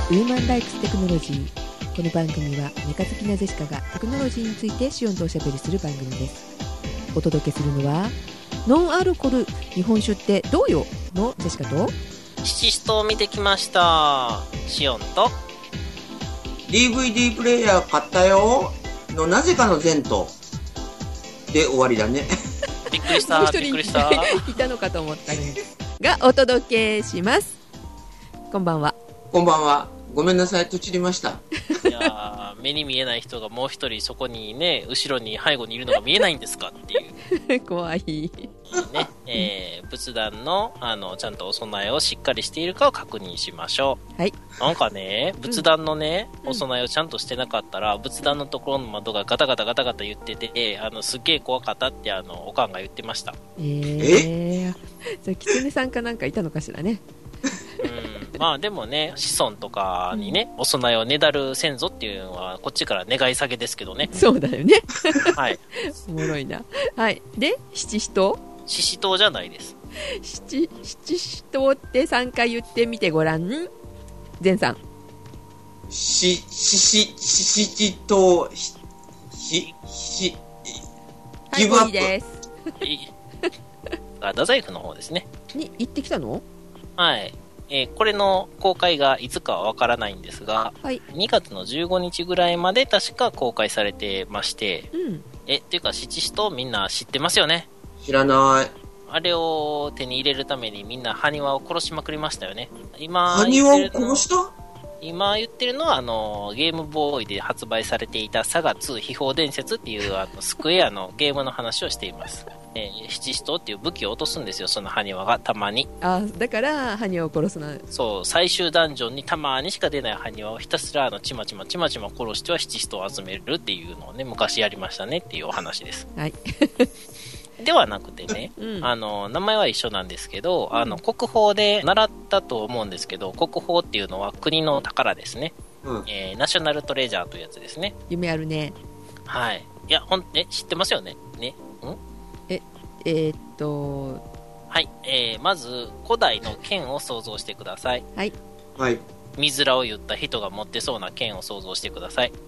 ウーマンライクステクノロジー。この番組はメカ好きなジェシカがテクノロジーについてシオンとおしゃべりする番組です。お届けするのはノンアルコール日本酒ってどうよのジェシカと、 シチストを見てきましたシオンと、 DVD プレイヤー買ったよのなぜかの前途で終わりだね。 びっくりしたもう一人びっくりしたいたのかと思ったねがお届けします。こんばんは。 こんばんは。ごめんなさい、とちりました。 いや目に見えない人がもう一人そこにね、後ろに背後にいるのが見えないんですかっていう怖いね、仏壇のちゃんとお供えをしっかりしているかを確認しましょう。 はい。 なんかね、仏壇のね、お供えをちゃんとしてなかったら、仏壇のところの窓がガタガタガタガタ言ってて、すっげえ怖かったっておかんが言ってました。 それキツネさんかなんかいたのかしらね。 まあでもね、子孫とかにね、お供えをねだる先祖っていうのはこっちから願い下げですけどね。 そうだよねはい。 おもろいな。はい。で、七支刀ししとうじゃないです。 七支刀って3回言ってみてごらん。前さん。 しとはい、 ギブアップいいです太宰府の方ですね。 に行ってきたの？ はい。これの公開がいつかはわからないんですが、 はい。 2月の15日ぐらいまで確か公開されてまして、 うん。 っていうか七支刀みんな知ってますよね。 知らない。 あれを手に入れるためにみんな埴輪を殺しまくりましたよね。今埴輪を殺した？ 今言ってるのはゲームボーイで発売されていたサガ2秘宝伝説っていうスクエアのゲームの話をしています。七支刀っていう武器を落とすんですよ、その埴輪がたまに。 あ、だから埴輪を殺すな。 そう、最終ダンジョンにたまにしか出ない埴輪をひたすらちまちま殺しては七支刀を集めるっていうのをね、昔やりましたねっていうお話です。 はいではなくてね、名前は一緒なんですけど、国宝で習ったと思うんですけど、国宝っていうのは国の宝ですね。ナショナルトレジャーというやつですね。 夢あるね。 はい。いや、知ってますよね。ね。はい。まず、古代の剣を想像してください。 はい。 はい。 水らを言った人が持ってそうな剣を想像してください。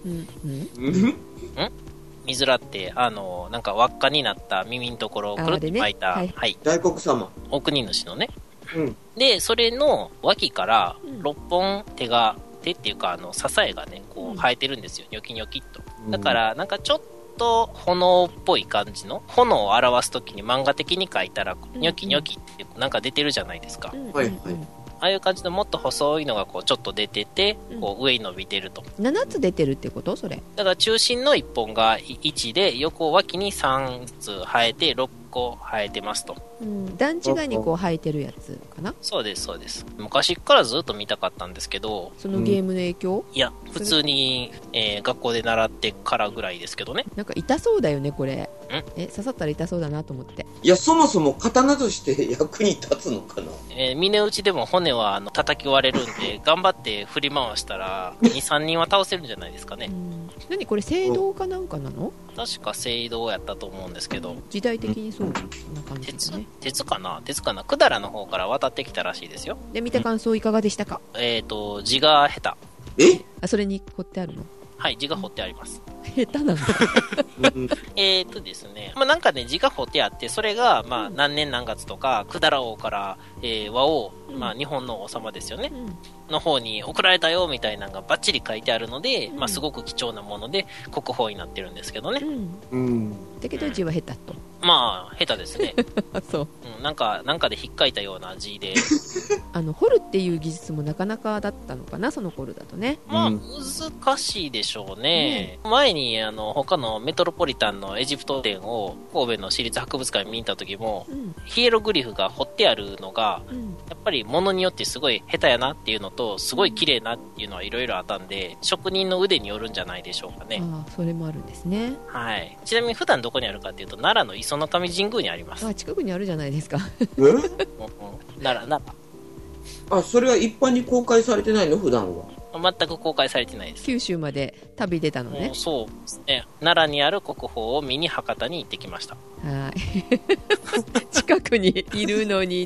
水らって、なんか輪っかになった耳のところをくるって巻いた、 ね、 はい。 大黒様。 お国主のね。で、それの脇から6本手っていうか、支えがね、こう生えてるんですよ。ニョキニョキっと。だから、なんかちょっと炎っぽい感じの、炎を表すときに漫画的に書いたら、ニョキニョキってなんか出てるじゃないですか。 はいはい。 ああいう感じのもっと細いのがこうちょっと出てて、こう上に伸びてると。 7つ出てるってことそれ？ だから中心の1本が1で、横脇に3つ生えて6個生えてますと。 段違いにこう生えてるやつかな？ そうですそうです。昔からずっと見たかったんですけど、 そのゲームの影響？ いや普通に、学校で習ってからぐらいですけどね。 なんか痛そうだよねこれ。刺さったら痛そうだなと思って。 いや、そもそも刀として役に立つのかな。 峰打ちでも骨は叩き割れるんで頑張って振り回したら 2,3 人は倒せるんじゃないですかね。 何これ青銅かなんかなの？ 確か青銅やったと思うんですけど、 時代的にそうな感じだね。 鉄かな百済の方から渡ってきたらしいですよ。 で見た感想いかがでしたか？ 字が下手。それに彫ってあるの？はい、 字が彫ってあります。 下手なんだですね、なんかね、字が彫ってあって、それが、何年何月とか、百済王から、倭王、日本の王様ですよね、の方に送られたよ、みたいなのがバッチリ書いてあるので、すごく貴重なもので、国宝になってるんですけどね。 だけど字は下手と。 下手ですね。 そう。 なんかで引っかいたような字で。 彫るっていう技術もなかなかだったのかな、その頃だとね。 難しいでしょうね。前に他のメトロポリタンのエジプト展を神戸の市立博物館に見に行った時も、ヒエログリフが彫ってあるのが、やっぱり物によってすごい下手やなっていうのと、すごい綺麗なっていうのはいろいろあったんで、職人の腕によるんじゃないでしょうかね。 それもあるんですね。 はい。ちなみに普段どこにあるかっていうと、奈良の磯の神神宮にあります。 近くにあるじゃないですか。 奈良。 それは一般に公開されてないの普段は？ 全く公開されてないです。 九州まで旅出たのね。 そうですね。奈良にある国宝を見に博多に行ってきました。 はい近くにいるのにね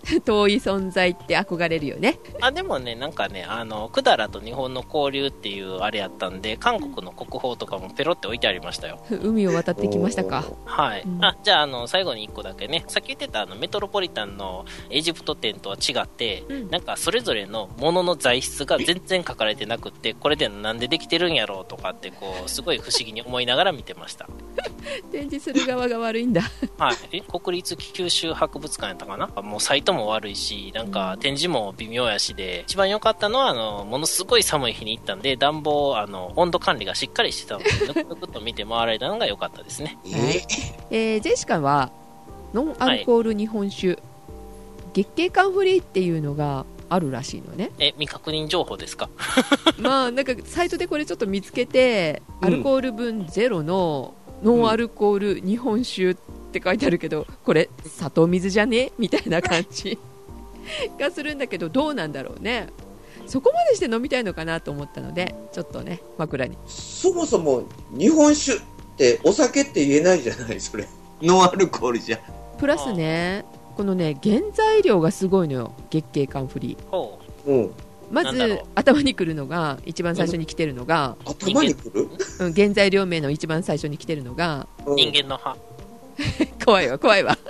遠い存在って憧れるよね。 でもね、なんかね、百済と日本の交流っていうあれやったんで、韓国の国宝とかもペロって置いてありましたよ。 海を渡ってきましたか。 はい。じゃあ、最後に1個だけね、さっき言ってたメトロポリタンのエジプト展とは違って、なんかそれぞれのものの材質が全然書かれてなくって、これでなんでできてるんやろうとかって、すごい不思議に思いながら見てました。 展示する側が悪いんだ。 はい。国立九州博物館やったかな。もうサイトも悪いし、なんか展示も微妙やしで、一番良かったのは、ものすごい寒い日に行ったんで、暖房、温度管理がしっかりしてたので、ぬくぬくと見て回られたのが良かったですね。 ジェシカは、ノンアルコール日本酒、月経缶フリーっていうのがあるらしいのね。 未確認情報ですか？ まあ、なんかサイトでこれちょっと見つけて、アルコール分ゼロのノンアルコール日本酒って書いてあるけど、これ砂糖水じゃねみたいな感じがするんだけど、どうなんだろうね。そこまでして飲みたいのかなと思ったので、ちょっとね、枕に。 そもそも日本酒ってお酒って言えないじゃない、それ。ノンアルコールじゃ。 プラスね、このね、原材料がすごいのよ、月経缶フリー。まず頭にくるのが、一番最初に来てるのが、 頭にくる？ 原材料名の一番最初に来てるのが、 人間の歯。 怖いわ怖いわ。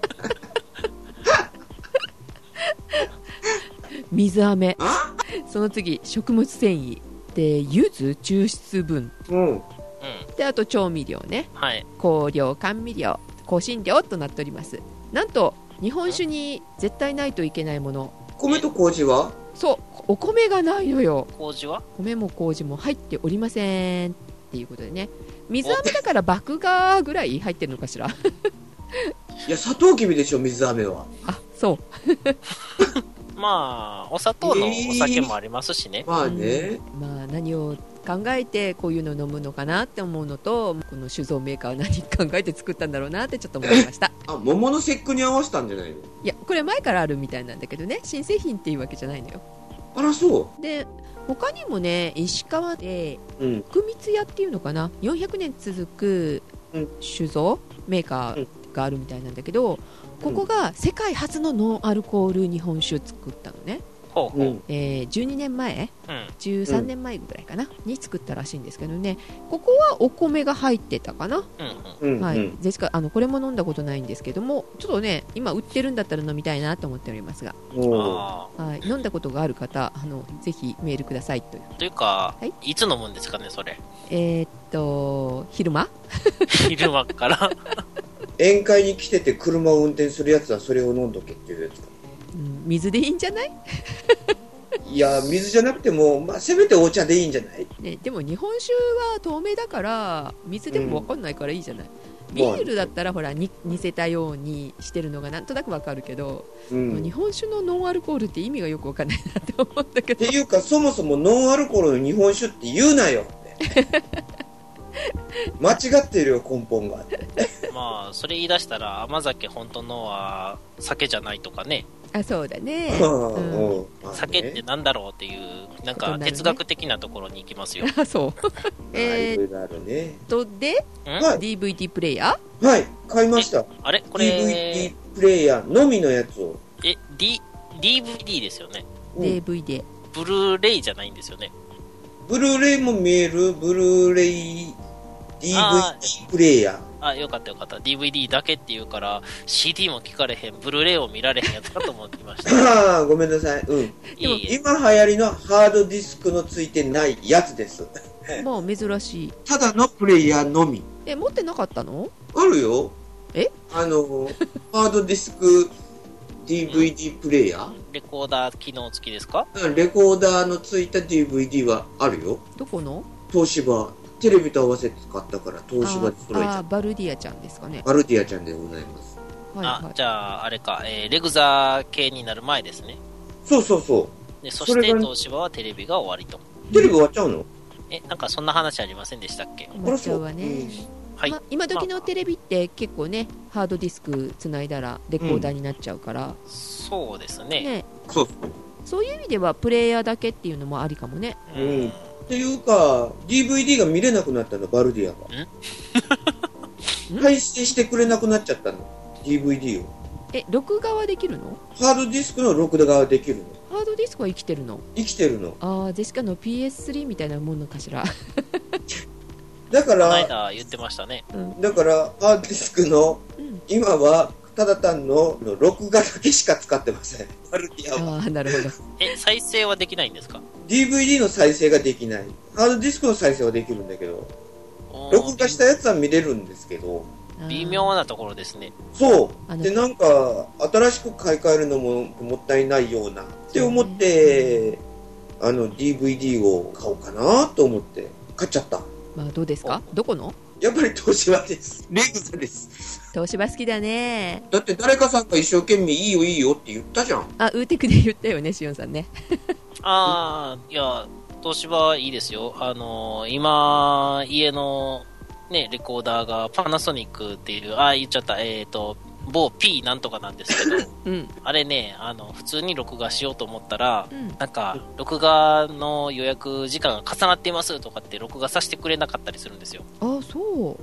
水飴、その次食物繊維で、柚子抽出分、であと調味料ね、香料、甘味料、香辛料となっております。なんと日本酒に絶対ないといけないもの、 米と麹は？ そう、お米がないのよ。 麹は？ 米も麹も入っておりませんっていうことでね。水飴だから麦芽ぐらい入ってるのかしら。 いや、サトウキビでしょ、水飴は。 あ、そう。 まあ、お砂糖のお酒もありますしね。 まあね。 まあ、何を考えてこういうのを飲むのかなって思うのと、この酒造メーカーは何考えて作ったんだろうなってちょっと思いました。 桃の節句に合わせたんじゃないの？ いや、これ前からあるみたいなんだけどね、新製品っていうわけじゃないのよ。 あら、そう。 で、他にもね、石川で福光屋っていうのかな、400年続く酒造メーカーがあるみたいなんだけど、ここが世界初のノンアルコール日本酒作ったのね。12年前、13年前ぐらいかなに作ったらしいんですけどね、ここはお米が入ってたかな。はい、ですからこれも飲んだことないんですけども、ちょっとね、今売ってるんだったら飲みたいなと思っておりますが、はい、飲んだことがある方、ぜひメールくださいというか、いつ飲むんですかね、それ。 昼間昼間から宴会に来てて車を運転するやつはそれを飲んどけっていうやつか。 水でいいんじゃない？ いや、水じゃなくても、まあ、せめてお茶でいいんじゃない？ ね、でも日本酒は透明だから水でも分かんないからいいじゃない。ビールだったらほら似せたようにしてるのがなんとなく分かるけど、日本酒のノンアルコールって意味がよく分かんないなって思うんだけど。 っていうか、そもそもノンアルコールの日本酒って言うなよ間違ってるよ、根本が。 まあ、それ言い出したら甘酒本当のは酒じゃないとかね。 あ、そうだね。 酒ってなんだろうっていうなんか哲学的なところに行きますよ。 あ、そう。 いろいろあるね。 で、DVD プレイヤー、はい、買いました。 あれこれ DVD プレイヤーのみのやつを。 DVD ですよね。 DVD。 ブルーレイじゃないんですよね。 ブルーレイも見える。ブルーレイ DVD プレイヤー。 よかったよかった。DVD だけっていうから、CD も聞かれへん、ブルーレイを見られへんやつかと思ってました。 ああ、ごめんなさい。今流行りのハードディスクのついてないやつです。 もう珍しい。 ただのプレイヤーのみ。 持ってなかったの？ あるよ。ハードディスク DVD プレイヤー？ レコーダー機能付きですか？ レコーダーのついた DVD はあるよ。 どこの？ 東芝。テレビと合わせて使ったから東芝で揃えちゃった。 バルディアちゃんですかね。 バルディアちゃんでございます。 じゃああれか、レグザ系になる前ですね。 そうそうそう。 でそして東芝はテレビが終わりと。 テレビ終わっちゃうの？ なんかそんな話ありませんでしたっけ？ 終わっちゃうわね。今時のテレビって結構ね、ハードディスクつないだらレコーダーになっちゃうから、 そうですね。 そういう意味ではプレイヤーだけっていうのもありかもね。 っていうか DVD が見れなくなったの、バルディアが配信してくれなくなっちゃったの DVD を。 録画はできるの？ ハードディスクの録画はできるの。 ハードディスクは生きてるの？ 生きてるの。 ああ、ジェシカの PS3 みたいなもんのかしら。 だから、 この間言ってましたね。 だから、ハードディスクの、今は、ただ単の録画だけしか使ってません。バルディアは。 ああ、なるほど。 再生はできないんですか？ DVD の再生ができない。ハードディスクの再生はできるんだけど、録画したやつは見れるんですけど、 微妙なところですね。 そう。で、なんか、新しく買い替えるのももったいないような。って思って、DVD を買おうかなと思って買っちゃった。 まあ、どうですか？どこの？ やっぱり東芝です。レグザです。 東芝好きだね。 だって誰かさんが一生懸命いいよいいよって言ったじゃん。 あ、ウーテクで言ったよね、しおんさんね。 いや、東芝いいですよ。今、家のね、レコーダーがパナソニックっていう、言っちゃった、某 P なんとかなんですけど、あれね、普通に録画しようと思ったら、なんか、録画の予約時間が重なっていますとかって録画させてくれなかったりするんですよ。 あ、そう。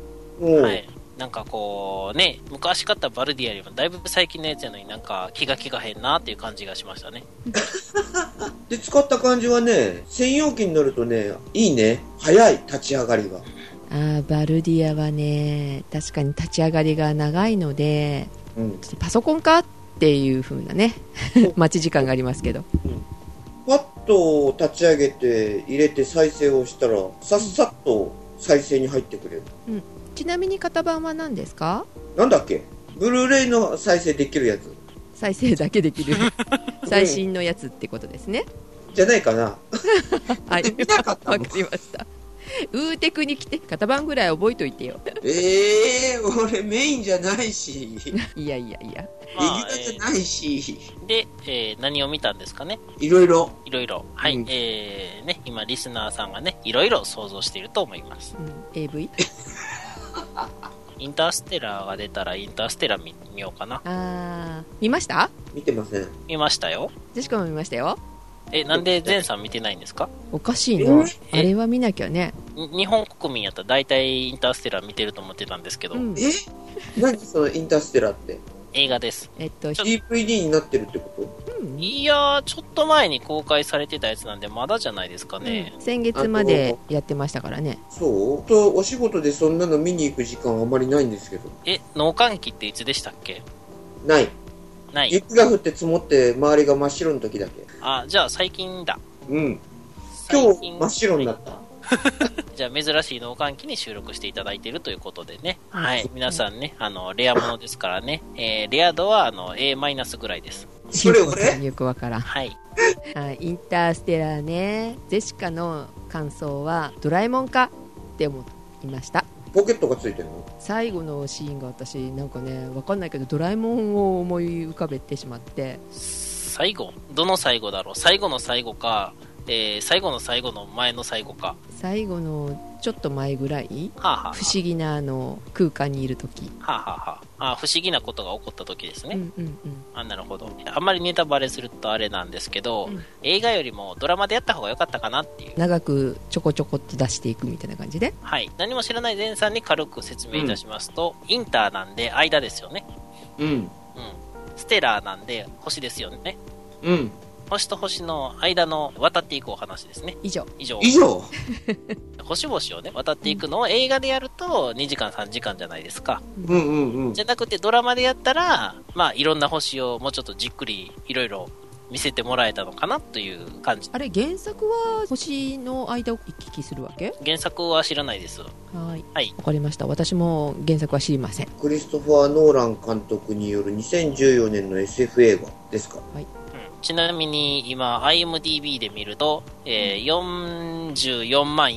はい。なんかこう、ね、昔買ったバルディよりもだいぶ最近のやつやのになんか気が利かへんなっていう感じがしましたね。 で、使った感じはね、専用機に乗るとね、いいね。早い、立ち上がりが。 バルディアはね、確かに立ち上がりが長いので、パソコンかっていう風なね待ち時間がありますけど、 パッと立ち上げて入れて再生をしたらさっさっと再生に入ってくれる、 ちなみに型番は何ですか？ なんだっけ？ブルーレイの再生できるやつ。 再生だけできる最新のやつってことですね。 じゃないかな。 はい、 見なかったもん。 わかりました。ウーテクに来て型番ぐらい覚えといてよ。 俺メインじゃないし。 いやいやいや。 レギュラーじゃないし。 で、何を見たんですかね？ いろいろ。 はい。ね、今リスナーさんがね、いろいろ想像していると思います。 AV？ インターステラーが出たらインターステラー見ようかな。 見ました？ 見てません。 見ましたよ。 ジェシカも見ましたよ。 なんで前さん見てないんですか？ おかしいな。あれは見なきゃね。 日本国民やったら大体インターステラー見てると思ってたんですけど。 何そのインターステラーって？ 映画です。 DVD になってるってこと？ いやー、ちょっと前に公開されてたやつなんでまだじゃないですかね。 先月までやってましたからね。 そうとお仕事でそんなの見に行く時間あんまりないんですけど。 農閑期っていつでしたっけ？ ない。雪が降って積もって周りが真っ白の時だけ。 じゃあ最近だ。 今日真っ白になった。 じゃあ珍しい農閑期に収録していただいているということでね。はい。皆さんね、レアものですからね。レア度はA マイナスぐらいです。 それ俺？ よくわからん。はい。インターステラーね。ジェシカの感想はドラえもんかって思いました。 ポケットがついてるの？最後のシーンが私なんかね、わかんないけどドラえもんを思い浮かべてしまって。 最後？どの最後だろう？最後の最後か、最後の最後の前の最後か。最後のちょっと前ぐらい、不思議な空間にいるとき。 不思議なことが起こったときですね。なるほど。あんまりネタバレするとあれなんですけど、映画よりもドラマでやった方が良かったかなっていう。 長くちょこちょこって出していくみたいな感じで。 はい。何も知らない前さんに軽く説明いたしますと、インターなんで間ですよね。ステラーなんで星ですよね。星と星の間の渡っていくお話ですね。 以上星々をね、渡っていくのを映画でやると2時間3時間じゃないですか。じゃなくてドラマでやったら、いろんな星をもうちょっとじっくりいろいろ見せてもらえたのかなという感じ。 あれ、原作は星の間を行き来するわけ？ 原作は知らないです。 はい。わかりました。私も原作は知りません。 クリストファー・ノーラン監督による2014年の SF 映画ですか？ はい。 ちなみに今 IMDB で見ると、44万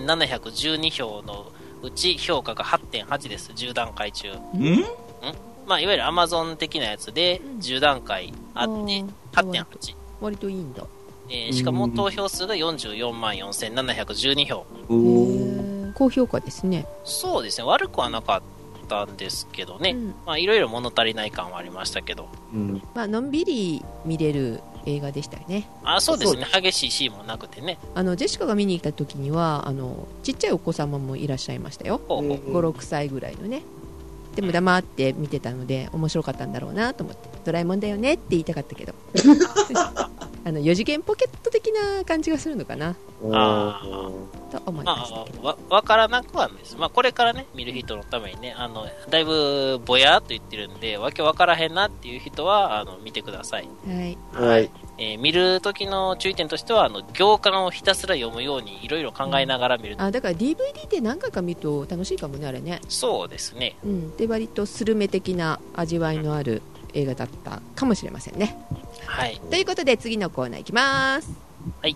4712票のうち評価が 8.8 です。10段階中。いわゆる Amazon 的なやつで10段階あって 8.8。 割といいんだ。 しかも投票数が44万4712票。 高評価ですね。 そうですね。悪くはなかったんですけどね。いろいろ物足りない感はありましたけど。 のんびり見れる映画でしたよね。 そうですね。激しいシーンもなくてね。 ジェシカが見に行った時にはちっちゃいお子様もいらっしゃいましたよ。5、6歳ぐらいのね。 でも黙って見てたので面白かったんだろうなと思って、ドラえもんだよねって言いたかったけど4次元ポケット的な感じがするのかなと思いましたけど、 わからなくはないです。これからね見る人のためにね、だいぶぼやーっと言ってるんでわけわからへんなっていう人は見てください。 はい、 見る時の注意点としては行間をひたすら読むようにいろいろ考えながら見る、 だから DVD って何回か見ると楽しいかもね、あれね。 そうですね、 で割とスルメ的な味わいのある映画だったかもしれませんね。 はい、 ということで次のコーナーいきます。 はい、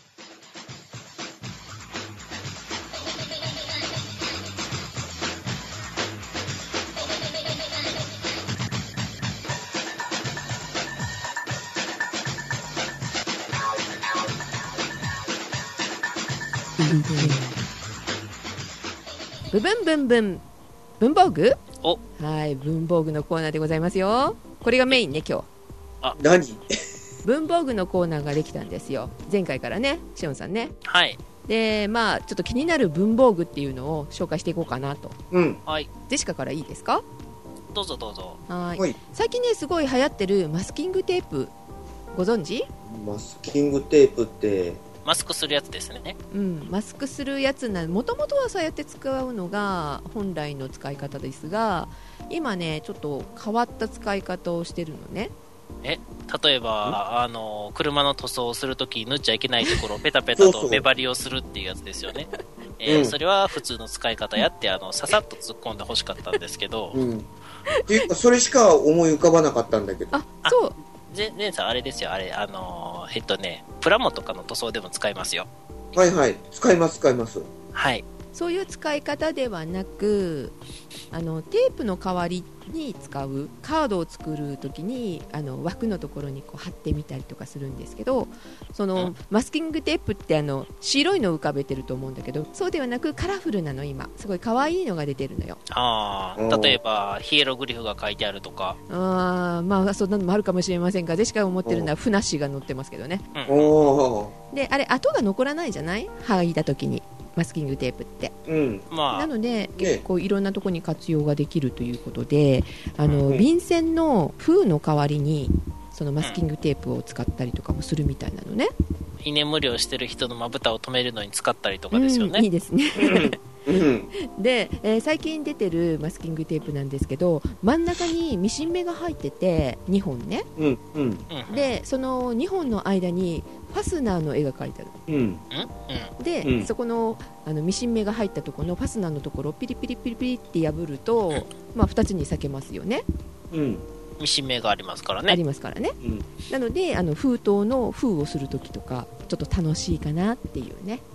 ブブンブンブン文房具、 お、 はい、文房具のコーナーでございますよ。これがメインね今日。 何文房具のコーナーができたんですよ、前回からね、しおんさんね。 はい。 でちょっと気になる文房具っていうのを紹介していこうかなと。 はい。 ジェシカからいいですか？ どうぞどうぞ。 はい。最近ねすごい流行ってるマスキングテープご存知？ マスキングテープってマスクするやつですね。 マスクするやつな、もともとはそうやって使うのが本来の使い方ですが、今ねちょっと変わった使い方をしてるのね。 例えば車の塗装をするとき塗っちゃいけないところをペタペタと目張りをするっていうやつですよね。それは普通の使い方やってささっと突っ込んでほしかったんですけど、 っていうかそれしか思い浮かばなかったんだけど。 そう、 前さんあれですよ、あれプラモとかの塗装でも使いますよ。 はいはい、使いますはい。 そういう使い方ではなく、テープの代わりに使うカードを作るときに枠のところにこう貼ってみたりとかするんですけど、マスキングテープって白いのを浮かべてると思うんだけど、そうではなくカラフルなの、今すごい可愛いのが出てるのよ。 例えばヒエログリフが書いてあるとか、 そんなのもあるかもしれませんが、ジェシカが思ってるのはふなっしーが載ってますけどね。であれ跡が残らないじゃない、剥いだときにマスキングテープって、なので結構いろんなところに活用ができるということで、便箋の封の代わりにそのマスキングテープを使ったりとかもするみたいなのね。 居眠りをしてる人のまぶたを止めるのに使ったりとかですよね。 いいですねで、最近出てるマスキングテープなんですけど、真ん中にミシン目が入ってて2本ね、でその2本の間にファスナーの絵が描いてある、で、そこのミシン目が入ったところのファスナーのところをピリピリピリピリって破ると、2つに裂けますよね。 ミシン目がありますからね。 ありますからね、なので封筒の封をするときとかちょっと楽しいかなっていうね。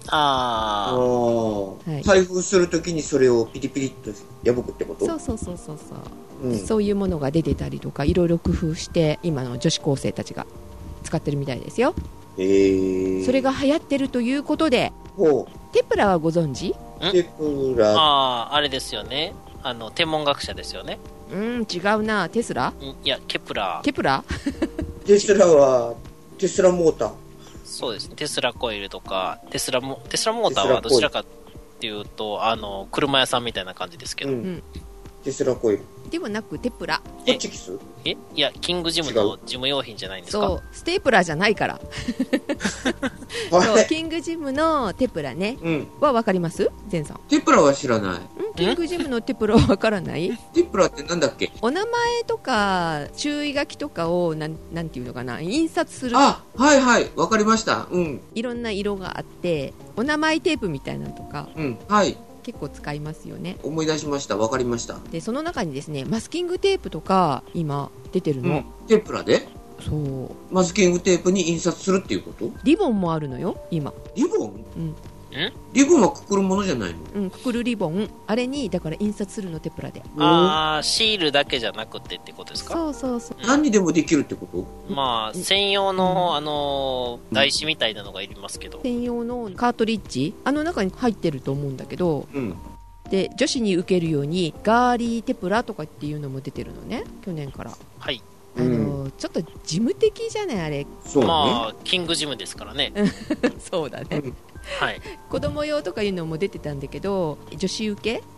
開封するときにそれをピリピリっと破くってこと？ そういうものが出てたりとか、いろいろ工夫して今の女子高生たちが使ってるみたいですよ。それが流行ってるということで、テプラはご存知？ テプラ、 あれですよね、天文学者ですよね。 違うな、テスラ？ いや、ケプラテスラはテスラモーター。 そうですね、テスラコイルとかテスラモーターはどちらかっていうと車屋さんみたいな感じですけど、 テスラコイルではなくテプラ。 ホチキス？ いや、キングジムの事務用品じゃないんですか？ そう、ステープラーじゃないからそう、キングジムのテプラね、は分かります？ゼンさん。 テプラは知らない。 キングジムのテプラは分からない？ テプラってなんだっけ？ お名前とか注意書きとかをなんていうのかな、印刷する。 はいはい、分かりました。 いろんな色があってお名前テープみたいなのとか、結構使いますよね。 思い出しました。分かりました。 でその中にですね、マスキングテープとか今出てるの、 テプラで？ そう、 マスキングテープに印刷するっていうこと？ リボンもあるのよ今。 リボン？リボンはくくるものじゃないの？ くくるリボン、あれにだから印刷するの、テプラで。 シールだけじゃなくてってことですか？ そう、 何にでもできるってこと？ 専用の台紙みたいなのがいりますけど、 専用のカートリッジ中に入ってると思うんだけど、で女子に受けるようにガーリーテプラとかっていうのも出てるのね、去年から。 はい。 ちょっと事務的じゃない、あれ。 そうね。 キングジムですからねそうだね、 はい。 子供用とかいうのも出てたんだけど、女子受け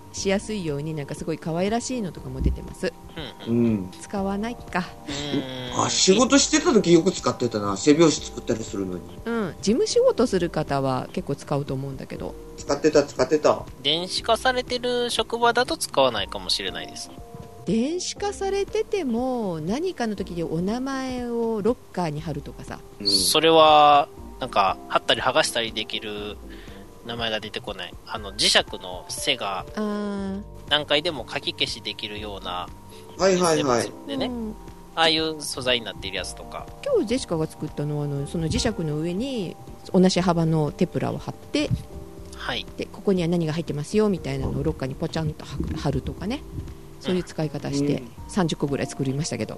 しやすいようになんかすごい可愛らしいのとかも出てます。 うん。 使わないか。 仕事してた時よく使ってたな。背拍子作ったりするのに。 うん。事務仕事する方は結構使うと思うんだけど。 使ってた。 電子化されてる職場だと使わないかもしれないです。 電子化されてても何かの時でお名前をロッカーに貼るとかさ、 それはなんか貼ったり剥がしたりできる名前が出てこない。磁石の背が何回でも書き消しできるようなでね、ああいう素材になっているやつとか。 今日ジェシカが作ったのはその磁石の上に同じ幅のテプラを貼って、 はい、 でここには何が入ってますよみたいなのをロッカーにポチャンと貼るとかね、そういう使い方して30個ぐらい作りましたけど、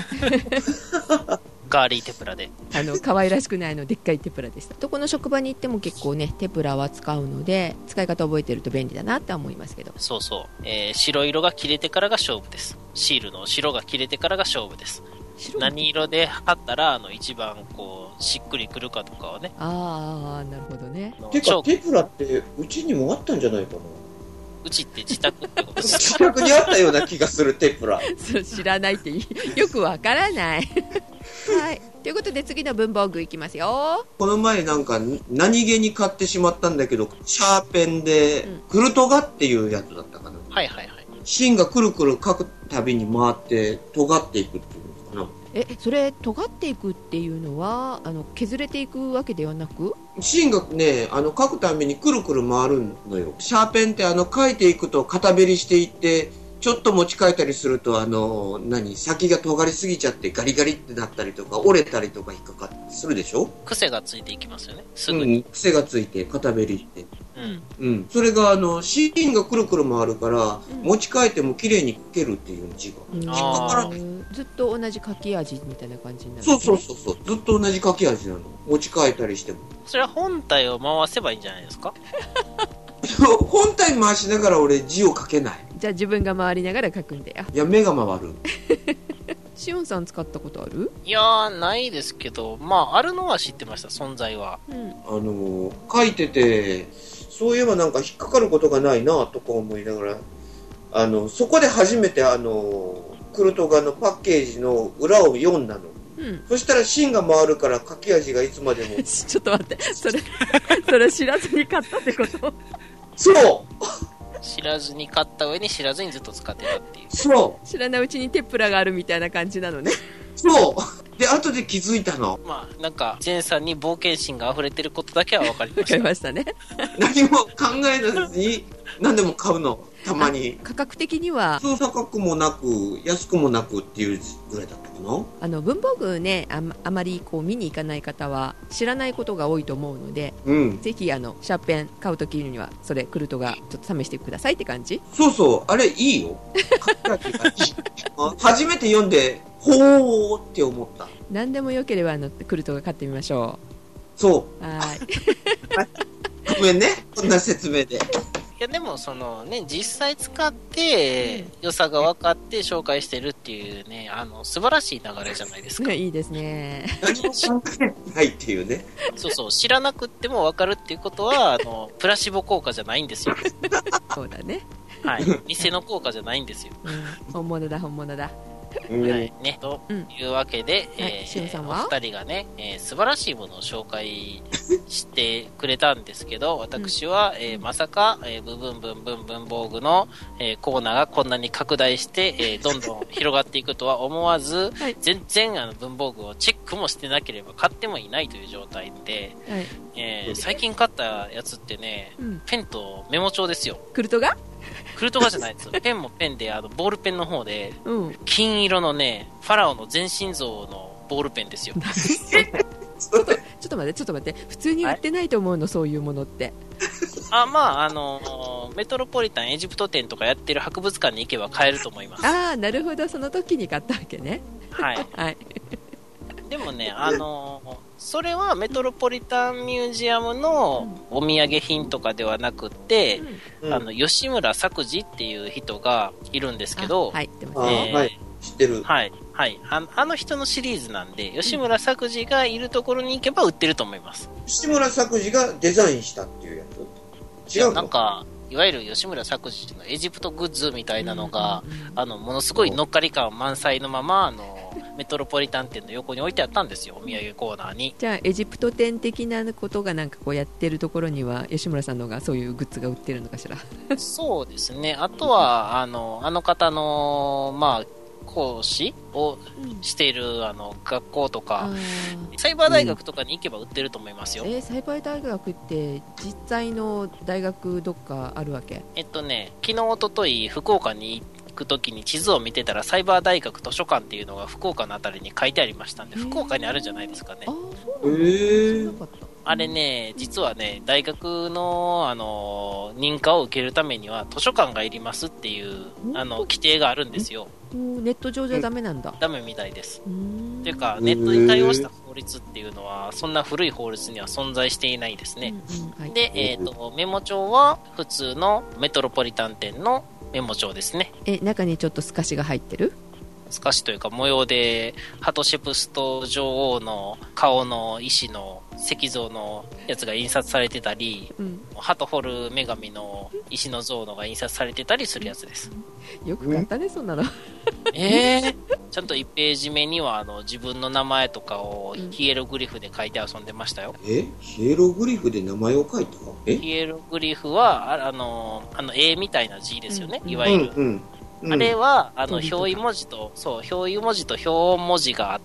ガーリーテプラで可愛らしくないでっかいテプラでした。どこの職場に行っても結構ねテプラは使うので、使い方覚えてると便利だなって思いますけど。 そうそう、白色が切れてからが勝負です。シールの白が切れてからが勝負です。何色で貼ったら一番こうしっくりくるかとかはね。 ああ、なるほどね。 てかテプラってうちにもあったんじゃないかな。 うちって自宅ってことですか？自宅にあったような気がする、テプラ。 そう知らないってよくわからない。はい。ということで次の文房具いきますよ。 この前なんか何気に買ってしまったんだけど、シャーペンでクルトガっていうやつだったかな。 はいはいはい。 芯がくるくる書くたびに回って尖っていくっていうのかな。 それ尖っていくっていうのは削れていくわけではなく、 芯がね書くたびにくるくる回るのよ。シャーペンって書いていくと片べりしていって、ちょっと持ち替えたりすると先が尖りすぎちゃってガリガリってなったりとか折れたりとか引っかかったりするでしょ。 癖がついていきますよね、すぐに。 癖がついて片べりしてそれが芯がくるくる回るから、持ち替えても綺麗に書けるっていう字が引っかからない。 ずっと同じ書き味みたいな感じになる、 ね、そうずっと同じ書き味なの。持ち替えたりしても。 それは本体を回せばいいんじゃないですか。 本体回しながら俺字を書けない。 じゃあ自分が回りながら書くんだよ。 いや、目が回る。 しおんさん使ったことある？ いやー、ないですけど、あるのは知ってました、存在は。 書いてて、そういえばなんか引っかかることがないなとか思いながら、そこで初めてクルトガのパッケージの裏を読んだの。そしたら芯が回るから書き味がいつまでも。 ちょっと待って、それ知らずに買ったってこと？ そう知らずに買った上に知らずにずっと使ってたっていう。 そう知らないうちにテプラがあるみたいな感じなのね。 そうで後で気づいたの。 なんかジェンさんに冒険心が溢れてることだけは分かりました。 分かりましたね。 何も考えずに何でも買うの。たまに価格的には普通高くもなく安くもなくっていうぐらいだったかな。 文房具ね、あまり見に行かない方は知らないことが多いと思うので、ぜひシャーペン買うときにはそれクルトがちょっと試してくださいって感じ。 そうあれいいよ。初めて読んでほーって思った。 何でもよければクルトが買ってみましょう。そうはいごめんね、こんな説明で。 いやでも実際使って良さが分かって紹介してるっていうね、素晴らしい流れじゃないですか。 いいですね。 何も考えないっていうね。 そう知らなくっても分かるっていうことはプラシボ効果じゃないんですよ。 そうだね。 はい、偽の効果じゃないんですよ。 本物だ。 はいね、というわけで、お二人がね、素晴らしいものを紹介してくれたんですけど、私は、まさか、ブンブン文房具の、コーナーがこんなに拡大して、どんどん広がっていくとは思わず、全然文房具をチェックもしてなければ買ってもいないという状態で、最近買ったやつってね、ペンとメモ帳ですよ。 クルトガじゃないですよ。ペンもペンでボールペンの方で、金色のねファラオの全身像のボールペンですよ。 ちょっと待って普通に売ってないと思うの、そういうものって。 メトロポリタンエジプト展とかやってる博物館に行けば買えると思います。 なるほど、その時に買ったわけね。 はい、でもねそれはメトロポリタンミュージアムのお土産品とかではなくて、吉村作治っていう人がいるんですけど、 知ってる。 あの人のシリーズなんで、吉村作治がいるところに行けば売ってると思います。 吉村作治がデザインしたっていうやつ？違うの？ なんかいわゆる吉村作治のエジプトグッズみたいなのが、ものすごい乗っかり感満載のまま、メトロポリタン店の横に置いてあったんですよ、お土産コーナーに。 じゃあエジプト店的なことがなんかこうやってるところには吉村さんのがそういうグッズが売ってるのかしら。そうですね。あとはあの方の講師をしている学校とか、サイバー大学とかに行けば売ってると思いますよ。 サイバー大学って実際の大学どっかあるわけ？ 昨日おととい福岡に行くときに地図を見てたらサイバー大学図書館っていうのが福岡のあたりに書いてありましたんで、福岡にあるんじゃないですかね。 そうなんだ。 あれね、実はね、大学の、認可を受けるためには図書館がいりますっていう規定があるんですよ。 ネット上じゃダメなんだ。 ダメみたいです。というかネットに対応した法律っていうのはそんな古い法律には存在していないですね。で、メモ帳は普通のメトロポリタン店のメモ帳ですね。 中にちょっと透かしが入ってる？ 透かしというか模様でハトシェプスト女王の顔の石の石像のやつが印刷されてたり、ハトホル女神の石の像のが印刷されてたりするやつです。 よく買ったね、そんなの。 ちゃんと1ページ目には自分の名前とかをヒエログリフで書いて遊んでましたよ。 ヒエログリフで名前を書いた？ ヒエログリフは絵みたいな字ですよね、いわゆる。あれは表意文字と表音文字があって、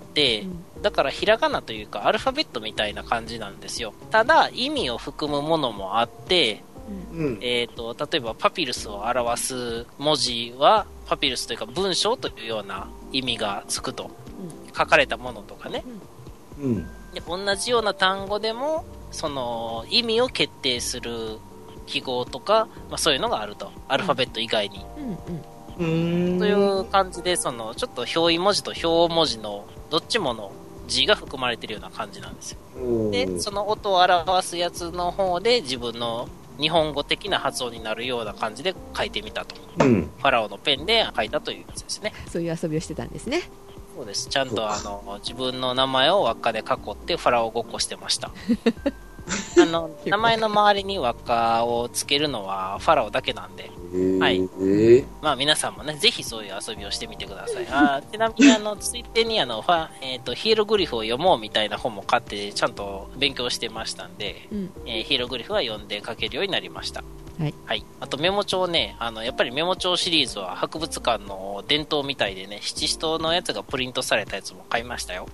だからひらがなというかアルファベットみたいな感じなんですよ。ただ意味を含むものもあって、例えばパピルスを表す文字はパピルスというか文章というような意味がつくと、書かれたものとかね、で同じような単語でもその意味を決定する記号とか、そういうのがあると、アルファベット以外に、という感じでちょっと表意文字と表音文字のどっちもの字が含まれているような感じなんですよ。でその音を表すやつの方で自分の日本語的な発音になるような感じで書いてみたと、ファラオのペンで書いたというやつですね。 そういう遊びをしてたんですね。 そうです。ちゃんと自分の名前を輪っかで囲ってファラオごっこしてました。名前の周りに輪っかをつけるのはファラオだけなんで、皆さんもねぜひそういう遊びをしてみてください。ちなみについでにヒエログリフを読もうみたいな本も買ってちゃんと勉強してましたんで、ヒエログリフは読んで書けるようになりました。あとメモ帳ね、やっぱりメモ帳シリーズは博物館の伝統みたいでね、七支刀のやつがプリントされたやつも買いましたよ。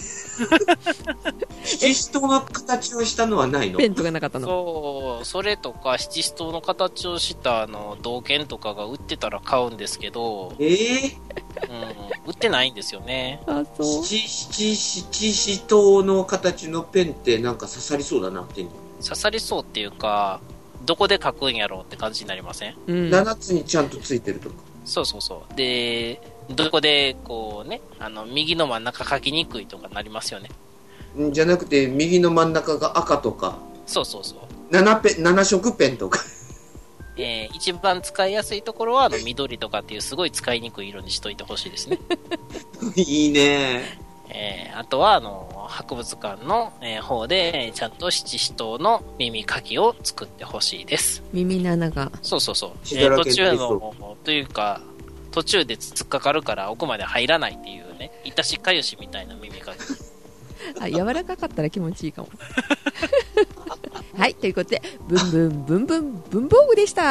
七支刀の形をしたのはないの？ ペンとかなかったの？ それとか七支刀の形をした銅剣とかが売ってたら買うんですけど、売ってないんですよね。 七支刀の形のペンってなんか刺さりそうだな、手に。 刺さりそうっていうか、どこで書くんやろうって感じになりません ？7つにちゃんとついてるとか。 そうで、どこでこうね、右の真ん中書きにくいとかなりますよね。 じゃなくて右の真ん中が赤とか、7色ペンとか。 一番使いやすいところは緑とかっていうすごい使いにくい色にしといてほしいですね。 いいね。 あとは博物館の、方でちゃんと七支刀の耳かきを作ってほしいです。 耳の穴が。 途中のというか途中で突っかかるから奥まで入らないっていうね、いたしかゆしみたいな耳かき。 柔らかかったら気持ちいいかも。はい、ということでブンブンブンブン文房具でした。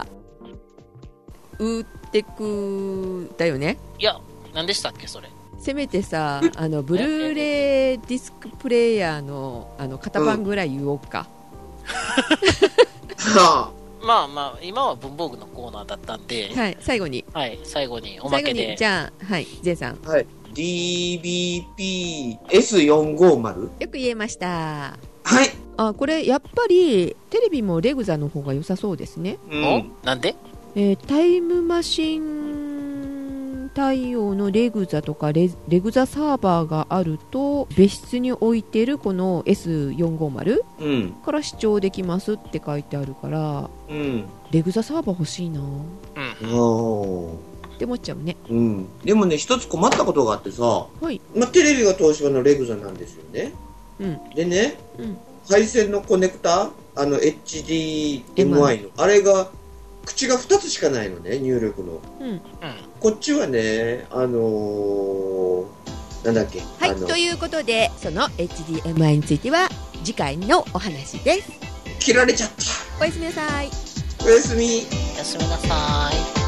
ウーテクだよね。 いや、何でしたっけそれ。 せめてさ、ブルーレイディスクプレイヤーの型番ぐらい言おうか。 今は文房具のコーナーだったんで、 最後におまけで、 じゃあJ さん、 DBP-S450 よく言えました。 これやっぱりテレビもレグザの方が良さそうですね。 なんで？ タイムマシン対応のレグザとかレグザサーバーがあると別室に置いてるこの S450、から視聴できますって書いてあるから、レグザサーバー欲しいなって思っちゃうね。 でもね、一つ困ったことがあってさ、テレビが東芝のレグザなんですよね。でね、配線のコネクタ、HDMI のあれが口が2つしかないのね、入力の。こっちはね、なんだっけ。 はい、ということで、その HDMI については次回のお話です。 切られちゃった。 おやすみなさい。 おやすみ。 おやすみなさい。